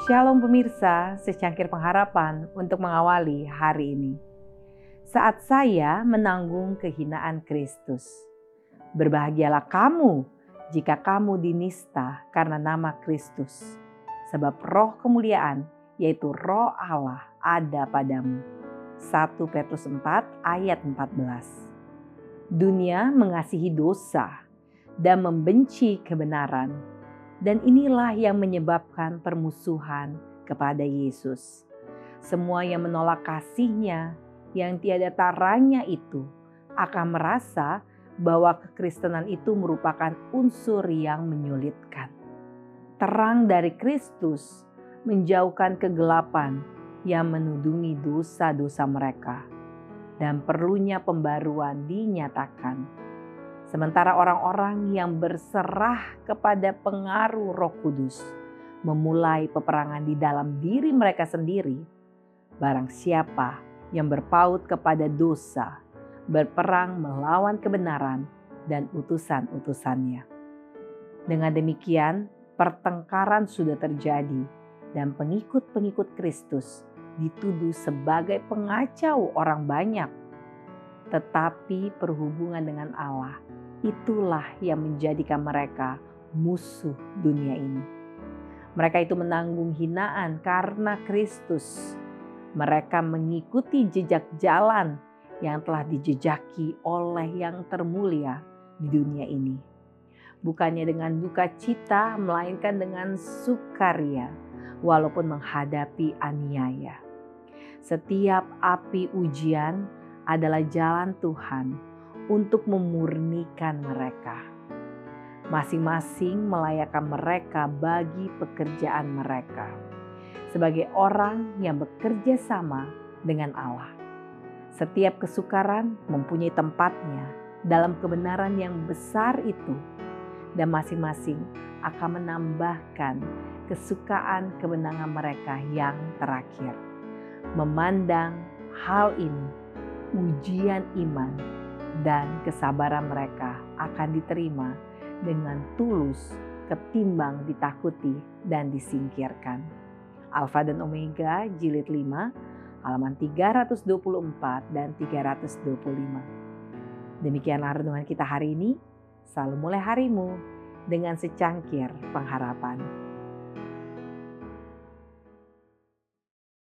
Shalom pemirsa, secangkir pengharapan untuk mengawali hari ini. Saat saya menanggung kehinaan Kristus. Berbahagialah kamu jika kamu dinista karena nama Kristus. Sebab roh kemuliaan, yaitu roh Allah ada padamu. 1 Petrus 4 ayat 14. Dunia mengasihi dosa dan membenci kebenaran. Dan inilah yang menyebabkan permusuhan kepada Yesus. Semua yang menolak kasih-Nya yang tiada taranya itu akan merasa bahwa kekristenan itu merupakan unsur yang menyulitkan. Terang dari Kristus menjauhkan kegelapan yang menudungi dosa-dosa mereka. Dan perlunya pembaruan dinyatakan. Sementara orang-orang yang berserah kepada pengaruh Roh Kudus memulai peperangan di dalam diri mereka sendiri, barang siapa yang berpaut kepada dosa, berperang melawan kebenaran dan utusan-utusannya. Dengan demikian, pertengkaran sudah terjadi dan pengikut-pengikut Kristus dituduh sebagai pengacau orang banyak. Tetapi perhubungan dengan Allah, itulah yang menjadikan mereka musuh dunia ini. Mereka itu menanggung hinaan karena Kristus. Mereka mengikuti jejak jalan yang telah dijejaki oleh yang termulia di dunia ini. Bukannya dengan duka cita, melainkan dengan sukaria, walaupun menghadapi aniaya. Setiap api ujian adalah jalan Tuhan untuk memurnikan mereka. Masing-masing melayakkan mereka bagi pekerjaan mereka. Sebagai orang yang bekerja sama dengan Allah. Setiap kesukaran mempunyai tempatnya dalam kebenaran yang besar itu. Dan masing-masing akan menambahkan kesukaan kemenangan mereka yang terakhir. Memandang hal ini, ujian iman dan kesabaran mereka akan diterima dengan tulus ketimbang ditakuti dan disingkirkan. Alfa dan Omega jilid 5 halaman 324 dan 325. Demikianlah renungan kita hari ini. Selalu mulai harimu dengan secangkir pengharapan.